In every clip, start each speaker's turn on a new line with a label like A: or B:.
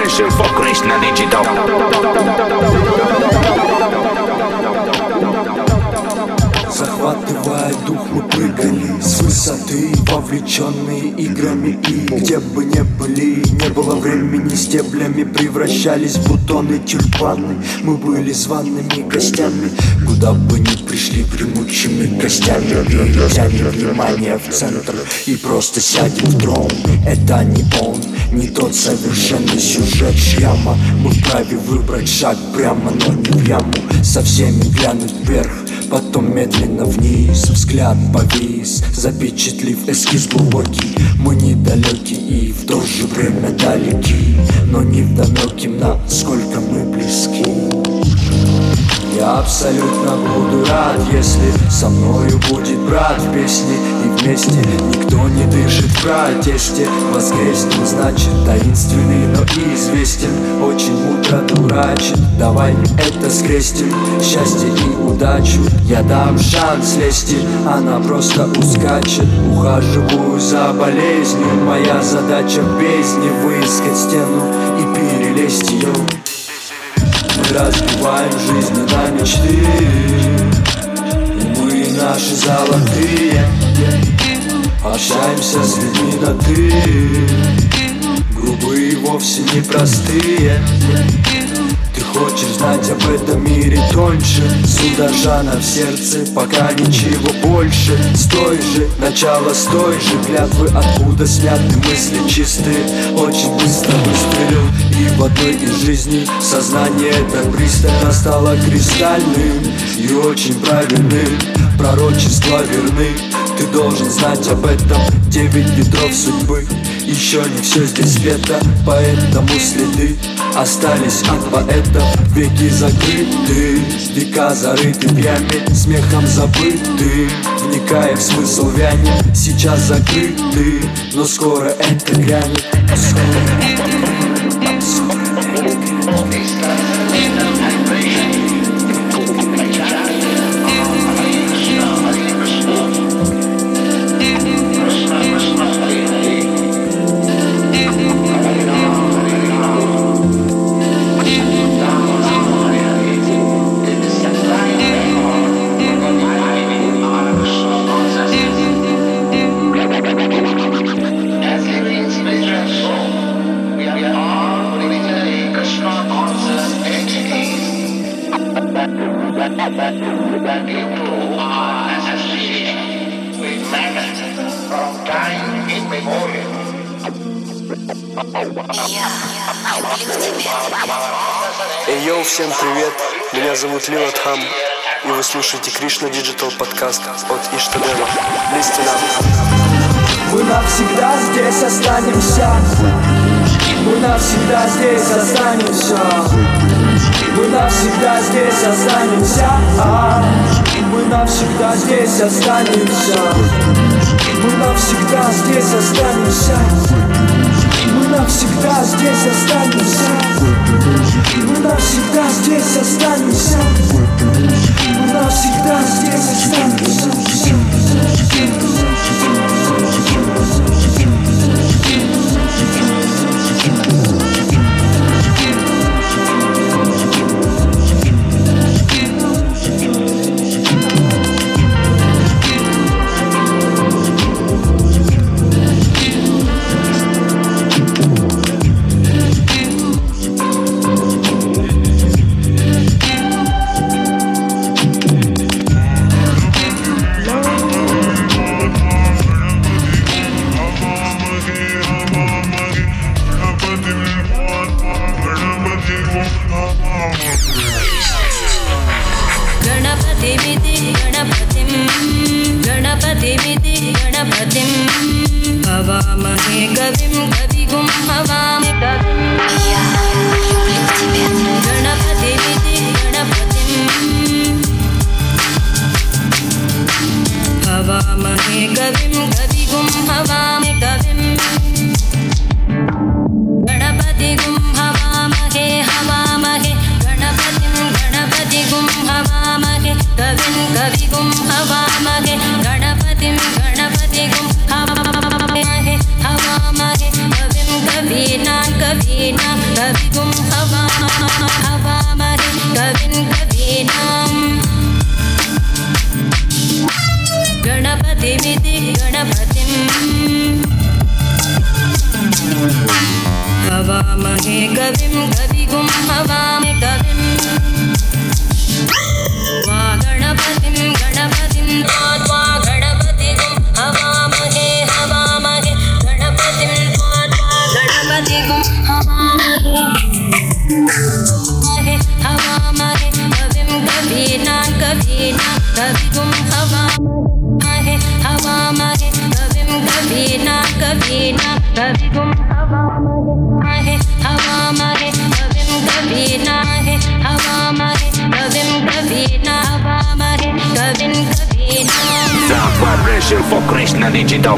A: celebration for Krishna Digital.
B: Захватывая дух, мы прыгали с высоты, вовлеченные играми. И где бы ни были, не было времени, стеблями превращались в бутоны, тюльпаны. Мы были зваными гостями, куда бы ни пришли гремучими костями. И взяли внимание в центр и просто сядем в трон. Это не он, не тот совершенный сюжет шляма. Мы вправе выбрать шаг прямо, но не в яму. Со всеми глянуть вверх, потом медленно вниз. Взгляд повис, запечатлив эскиз глубокий. Мы недалеки и в то же время далеки, но не вдомёким, насколько мы близки. Я абсолютно буду рад, если со мною будет брат в песне. И вместе никто не дышит в протесте. Воскреснем, значит таинственный, но известен. Очень мудро дурачит, давай это скрестим. Счастье и удачу я дам шанс лести. Она просто ускачет, ухаживаю за болезнью. Моя задача в бездне выискать стену и перелезть ее. Мы разбиваем жизни на мечты, мы наши золотые. Общаемся с людьми на «ты», грубые вовсе не простые. Ты хочешь знать об этом мире тоньше, судорожно в сердце, пока ничего больше. Стой же, начало с той же клятвы, откуда сняты мысли чистые. Очень быстро выстрелил, и в одной из жизней сознание так пристально стало кристальным и очень правильным. Пророчества верны, ты должен знать об этом. 9 ветров судьбы, еще не все здесь спето, поэтому следы остались от поэтов. Веки закрыты, века зарыты в яме, смехом забыты, вникая в смысл вянем. Сейчас закрыты, но скоро это грянет.
C: Эй, йоу, всем привет, меня зовут Лила Дхам, и вы слушаете Krishna Digital подкаст от Иштадева. Listen up.
B: Мы навсегда здесь останемся, мы навсегда здесь останемся, мы навсегда здесь останемся, мы навсегда здесь останемся, мы навсегда здесь останемся, мы навсегда здесь останемся, мы навсегда здесь останемся, мы навсегда здесь останемся.
D: हवामहे कविं कविगुं हवामहे कविं गणपतिमिति गणपतिं हवामहे कविं कविगुं हवामहे कविं गणपतिगुं हवामहे हवामहे गणपतिं गणपतिगुं हवामहे कविं कविगुं हवामहे गणपतिं गणपतिगुं हवामहे हवामहे कविं कवीना कविं कविगुं हवामहे कविं वा गणपतिं त्वा गणपतिगुं हवामहे हवामहे गणपतिं त्वा गणपतिगुं हवामहे हवामहे कविं कवीनां कविगुं हवामहे हवामहे कविं कवीनां कविगुं हवामहे हवामहे कविं कवीनां हवामहे कविं कवीनां हवामहे कविं कवीनां
A: Sound vibration for Krishna Digital.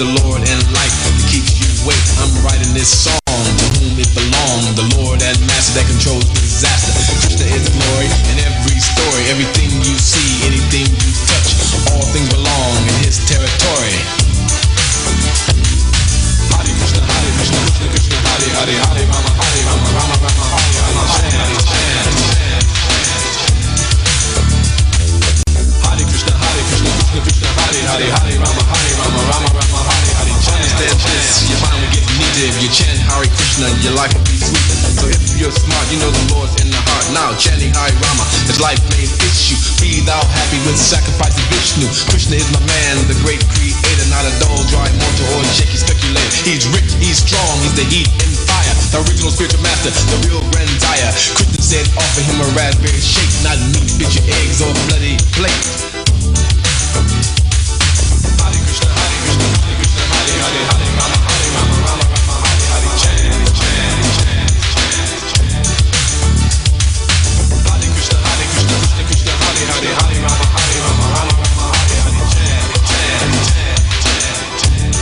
E: the Lord and light that keeps you awake. I'm writing this song to whom it belongs, the Lord and Master that controls disaster. Krishna is glory in every story, everything you see, anything you touch, all things belong in His territory. Hare Krishna, Krishna Krishna, Hare Hare, Hare Rama, Rama Rama, Hare Hare, chant, chant, chant. Hare Krishna, Krishna Krishna, Hare Hare, Hare Rama, Rama Rama, Hare Hare, chant. Understand this, your mind will get needed. If you chant Hare Krishna, your life will be sweet. So if you're smart, you know the Lord's in the heart. Now chanting Hare Rama, His life may issue. Be thou happy with sacrifice of Vishnu. Krishna is my man, the great creator, not a dull, dry mortal or shaky speculator. He's rich, he's strong, he's the heat and fire, the original spiritual master, the real grandier. Krishna said offer him a raspberry shake, not meat, fish or eggs or bloody plate. Hare Krishna, Krishna Krishna, Hare Hare, Hare Rama, Rama Rama, Hare Hare, chant, chant, chant, chant. Hare Krishna, Krishna Krishna, Hare Hare, Hare Rama, Rama Rama, Hare Hare, chant, chant, chant, chant.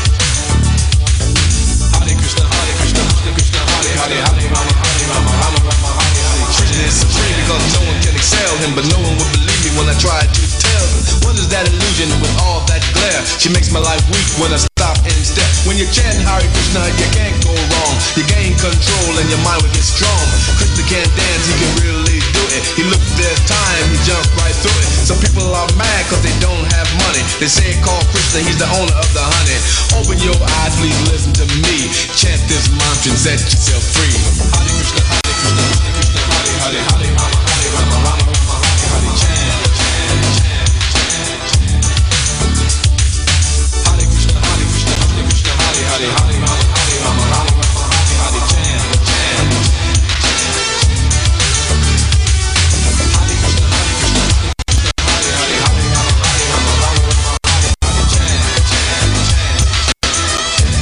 E: Hare Krishna, Krishna Krishna, Hare Hare, Hare Rama, Rama Rama, Hare Hare. Krishna is supreme because no one can excel Him, but no one would believe me when I try to tell them. What is that illusion with all that glare? She makes my life weak when I stop and stare. When you're chanting Hare Krishna, you can't go wrong. You gain control and your mind will get strong. Krishna can't dance, he can really do it. He looks their time, he jumps right through it. Some people are mad cause they don't have money. They say call Krishna, he's the owner of the honey. Open your eyes, please listen to me. Chant this mantra and set yourself free. Hare Krishna, Krishna Krishna, Hare Hare, Hare Rama, Rama Rama, Hare Hare, chant, chant, chant, chant, chant. Hare Krishna, Krishna Krishna, Hare Hare, Hare Rama, Rama Rama, Hare Hare, chant, chant, chant, chant. Hare Krishna, Krishna Krishna, Hare Hare, Hare Rama, Rama Rama, Hare Hare, chant, chant, chant, chant.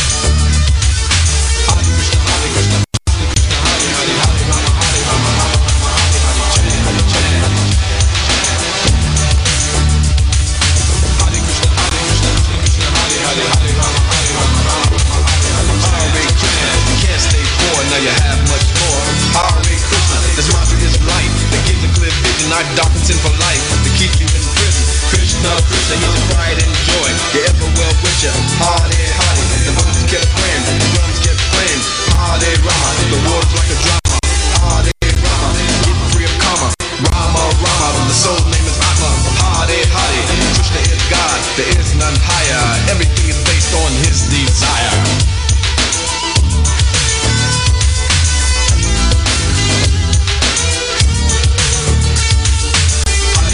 E: Hare Krishna, Krishna Krishna, Hare Hare, Hare Rama, Rama Rama, Hare Hare, chant, chant, chant. Hare Krishna, Krishna Krishna, Hare Hare, Hare Rama, Rama Rama, Hare Krishna. You can't stay poor, now you have much more. Hare Krishna, this mantra is light that gives a clear vision, not dark and sinful life to keep you in prison. Krishna, Krishna, he's your pride and joy, your ever well wisher. Hare Hare, the voices kept praying, the drums kept playing. Hare Rama, the words like a drama. Hare Rama, getting free of karma. Rama Rama, the soul's name is Atma. Hare Hare, Krishna is God, there is none higher. Everything is based on His desire. Hare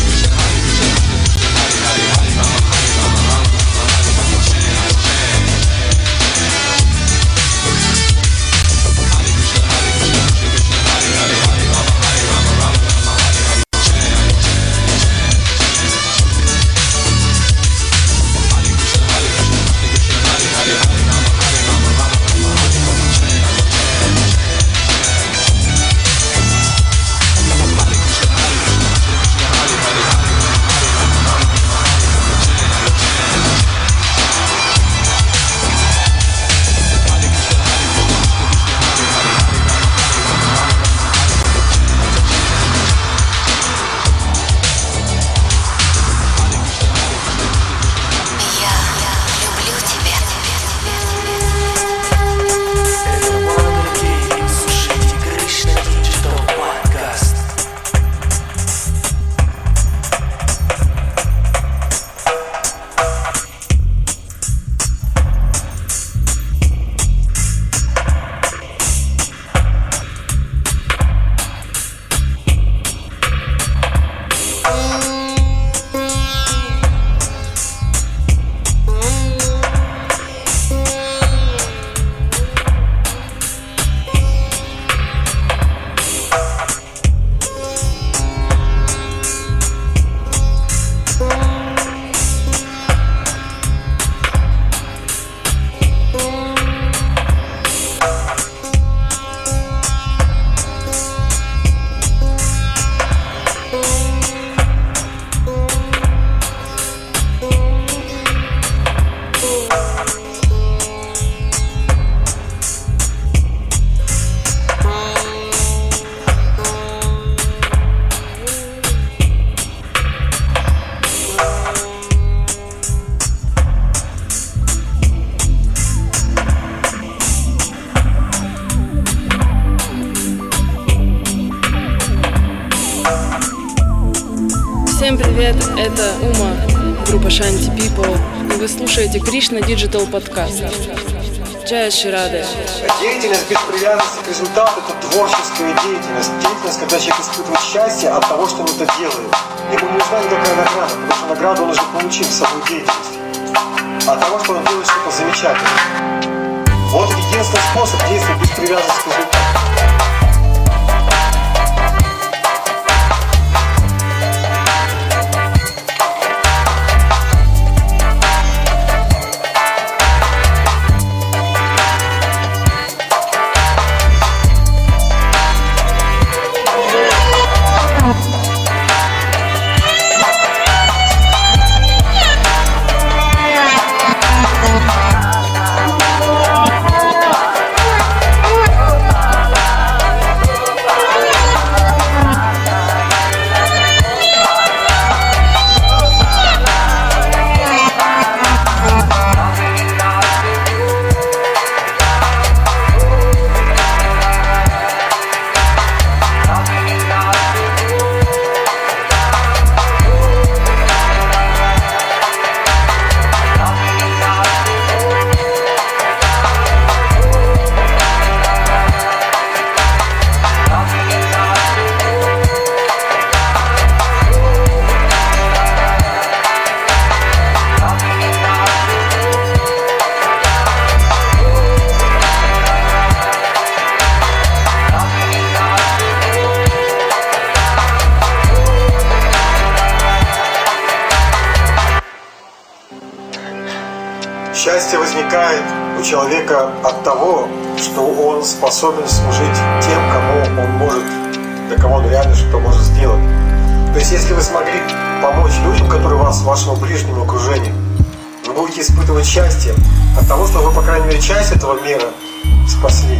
F: Дума, группа Shanti People, и вы слушаете Krishna Digital Podcast. Джая Ширады.
G: Деятельность без привязанности к результату – это творческая деятельность. Деятельность, когда человек испытывает счастье от того, что он это делает. Ему не нужна никакая награда, потому что награду он уже получил в самой деятельности. От того, что он делает что-то замечательное. Вот единственный способ действовать без привязанности к результату. Счастье возникает у человека от того, что он способен служить тем, кому он может, для кого он реально что-то может сделать. То есть, если вы смогли помочь людям, которые у вас в вашем ближнем окружении, вы будете испытывать счастье от того, что вы, по крайней мере, часть этого мира спасли.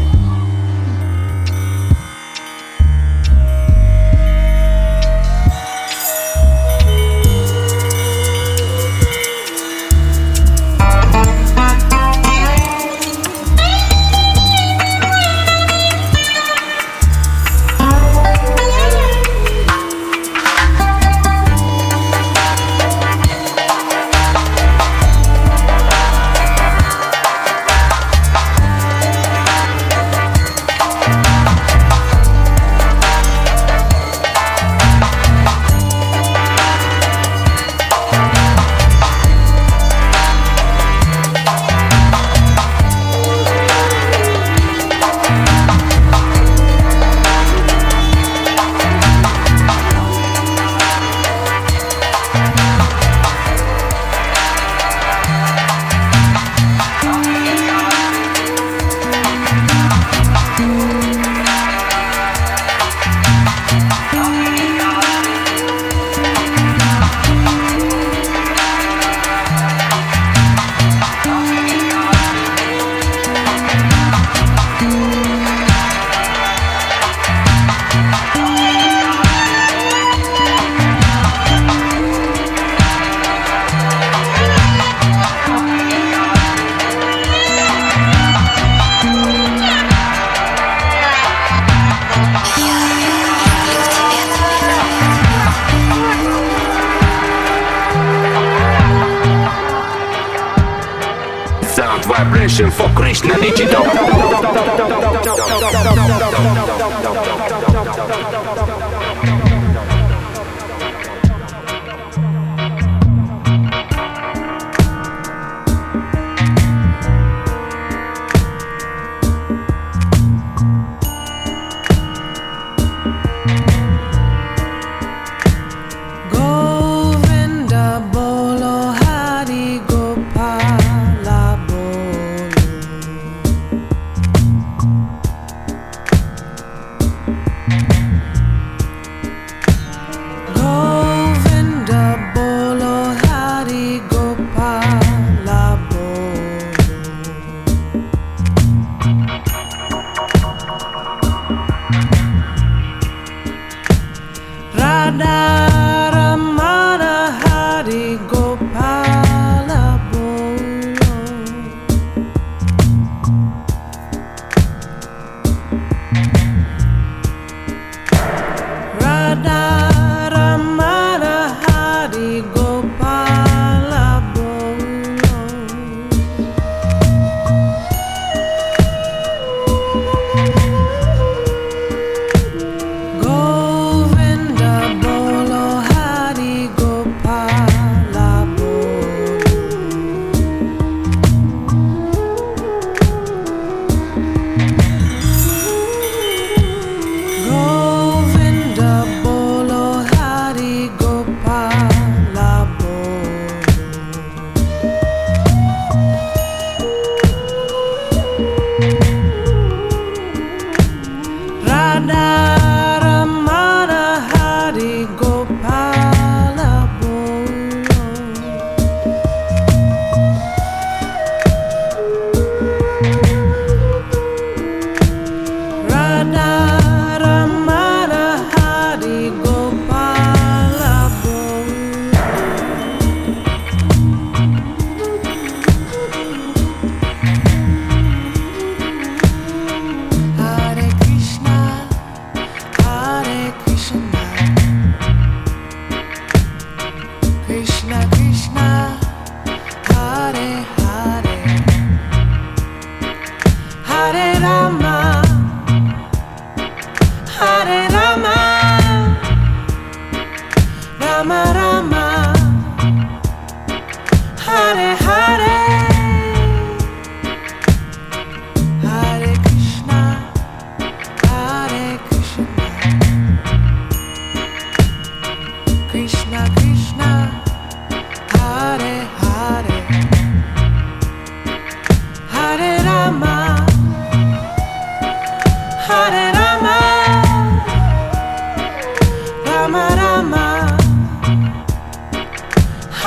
A: Vibration for Krishna Digital.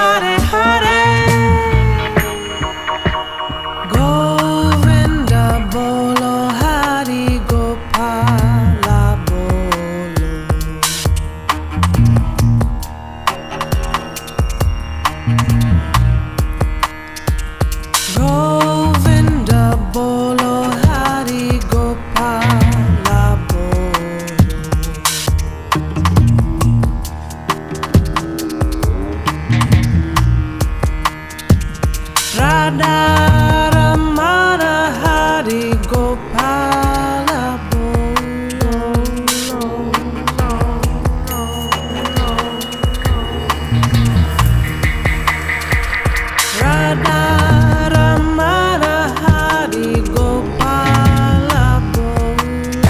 H: Hare Hare Govinda Bolo Hari Gopala Bolo Govinda Bolo Hari Gopala Bolo Radha Ramana Hari Gopala Bolo Radha Ramana Hari Gopala Bolo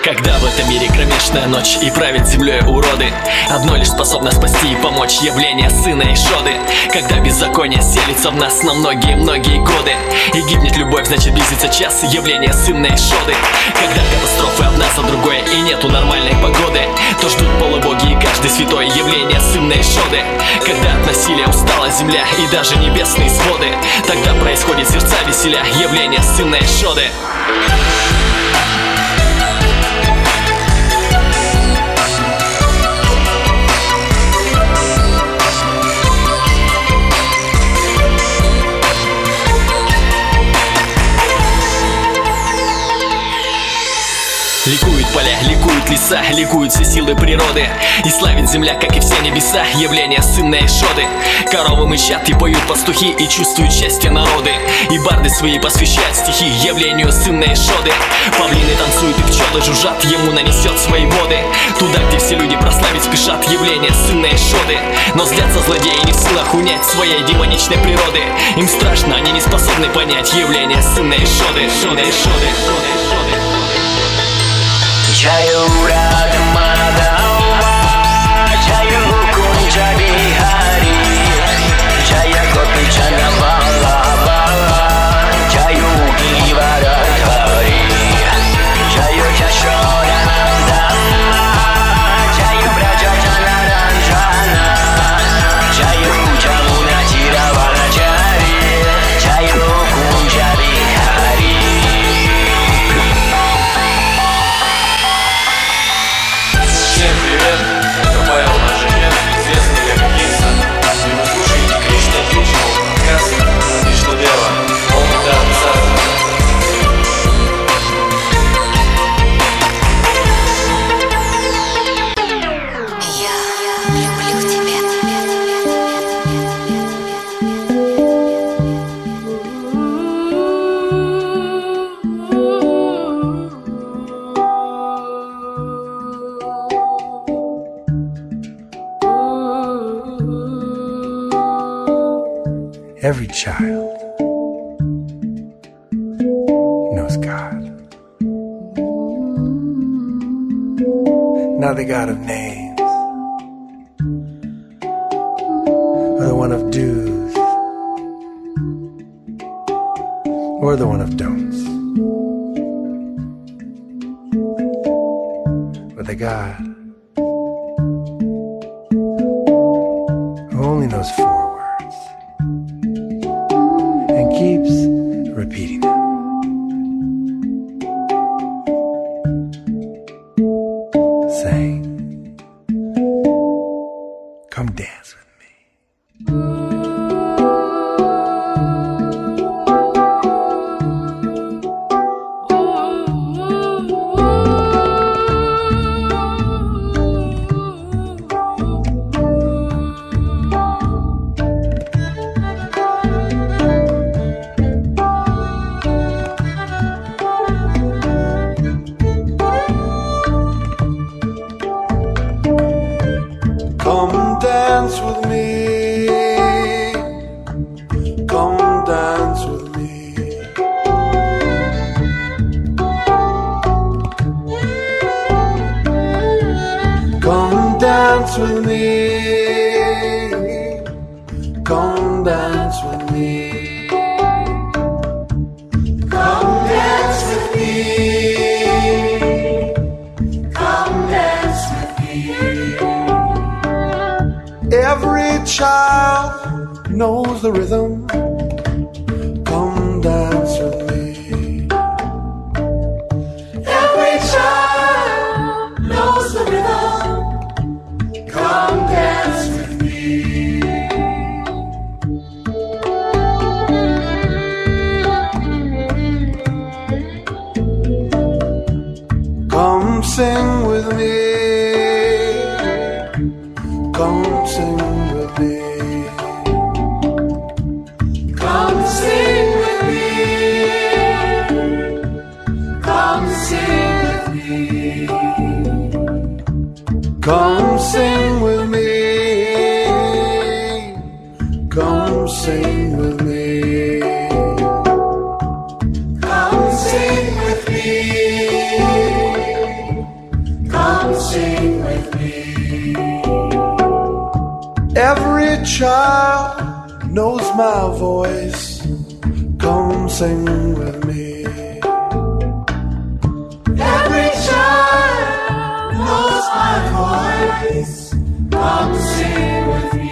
I: Когда в этом мире кромешная ночь и правит землей уроды, одно лишь способно спасти и помочь — явление сына Ишоды. Когда беззаконие селится в нас на многие-многие годы, и гибнет любовь, значит близится час — явление сына Ишоды. Когда катастрофы одна за другой и нету нормальной погоды, то ждут полубоги и каждый святой — явление сына Ишоды. Когда от насилия устала земля и даже небесные своды, тогда происходит сердца веселя — явление сына Ишоды. Ликуют поля, ликуют леса, ликуют все силы природы, и славит земля, как и все небеса, явление сына Ишоды. Коровы мычат и поют пастухи, и чувствуют счастье народы, и барды свои посвящают стихи явлению сына Ишоды. Павлины танцуют и пчелы жужжат, ему нанесет свои воды туда, где все люди прославить спешат, явление сына Ишоды. Но злятся злодеи, не в силах унять своей демоничной природы. Им страшно, они не способны понять явление сына Ишоды.
J: Jaya Radha Madhava, Jaya Kunja Bihari, Jaya Gopi Chana Vallabha, Jaya Givaradhari, Jaya Yashoda Nandana, Jaya Braja Janaranjana, Jaya Jamuna Tiravajari, Jaya Kunja Bihari.
C: Всем привет, это Павел Нажимен, известный как Гейсон, и вы слушаете Кришна Диджитал подкаст от Иштадева. Он
B: Every child knows God. Not the God of names, or the one of do's, or the one of don'ts, but the God who only knows 4 words and keeps repeating them. Saying, come dance with me. Come dance with me. Come dance with me. Come dance with me. Come dance with me. Come dance with me. Come dance with me. Every child knows the rhythm. Come dance with me. Every child knows the rhythm. Come dance with me. Come sing with me. Come sing with me. Come sing with me. Come sing with me. Come sing with me. Come sing with me. Come sing with me.
K: Every child knows my voice. Come sing with me.
H: Every child knows my voice. Come sing with me.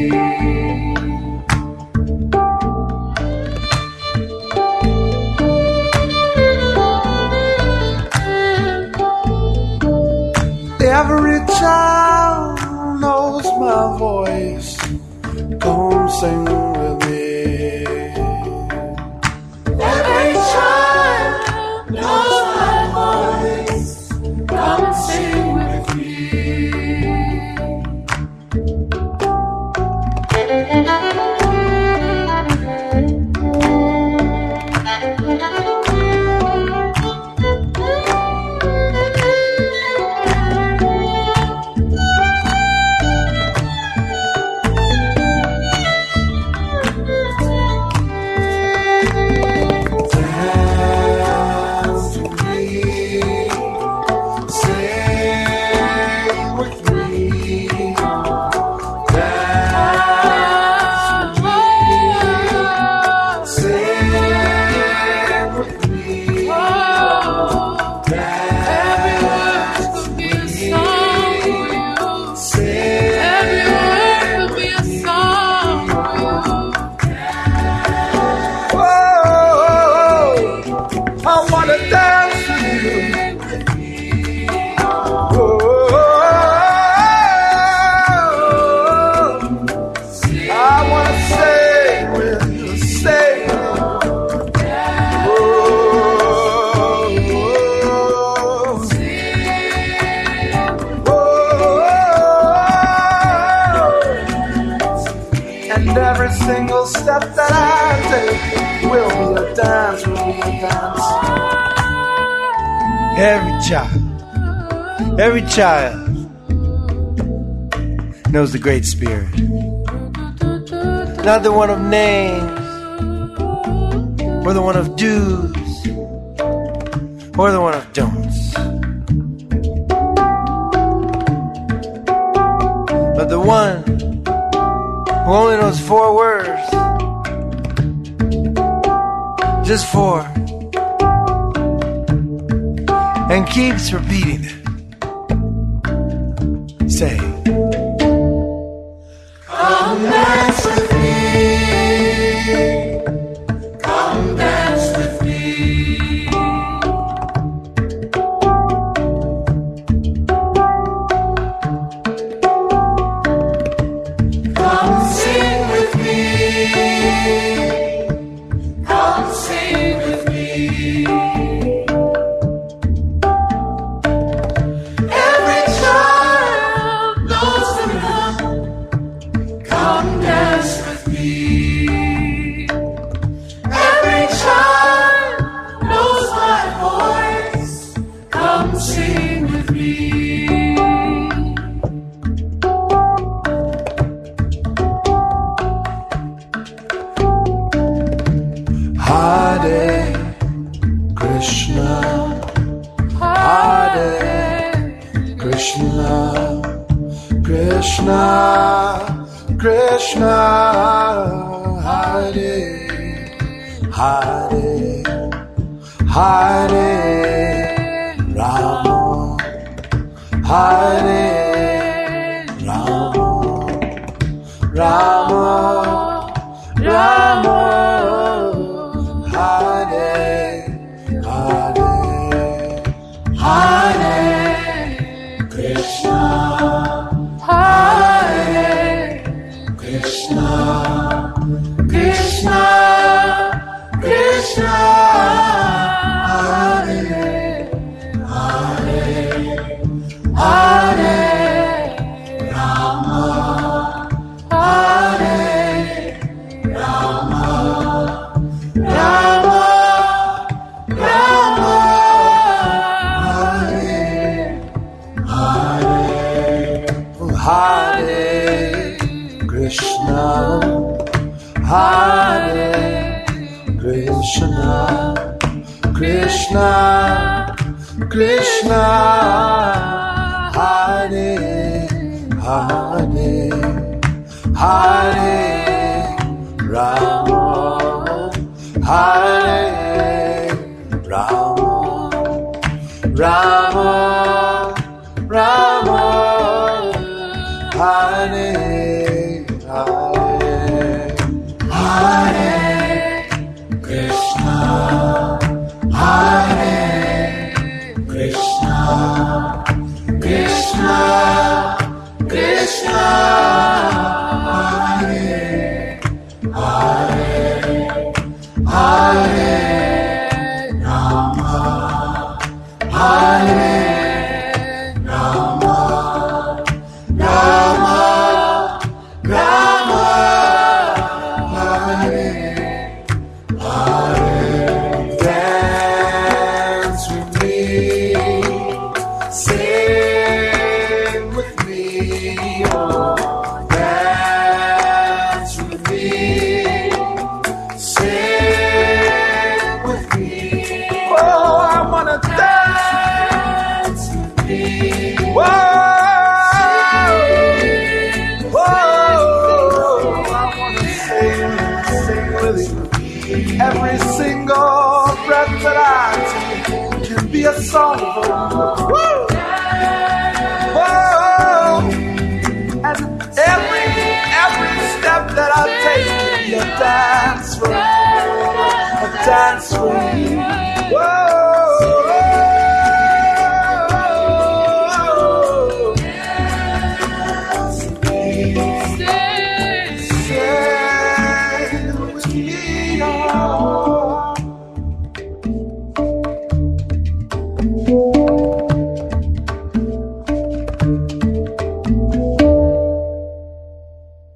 K: Every child knows my voice. Come sing with me.
H: Every child knows my voice. Come sing with me.
K: Every single step that I take will be a dance, will be a dance.
L: Every child knows the Great Spirit. Not the one of names, or the one of do's, or the one of don'ts, but the one who only knows 4 words. Just 4. And keeps repeating it. Say,
H: come dance with me. Come dance with me. Come sing with me. Come sing with me. Every child knows the rhythm. Come dance with me. Every child knows my voice. Come sing with me.
K: Hare Krishna, Hare Krishna, Krishna Krishna, Hare Hare, Hare Rama, Hare Rama, Rama Rama, Hare Hare, Hare Krishna, Hare Krishna, Krishna Krishna, Hare Hare, Hare Rama, Hare Rama, Rama Rama, Hare Hare, Hare Krishna, Hare Krishna, Krishna Krishna, Hare Hare, Hare Rama, Hare Rama, Rama Rama, Hare Hare, Hare Krishna, Hare Krishna, Krishna Krishna, Hare Hare, Hare Rama, Hare Rama, Rama Rama, Hare Hare. Dance with me, sing with me, oh, dance with me, sing with me. Oh, I wanna dance with me. Whoa, whoa, I wanna sing with you. Every single breath that I take can be a song. Woo! Whoa! And every step that I take can be a dance for you. A dance for you. Whoa!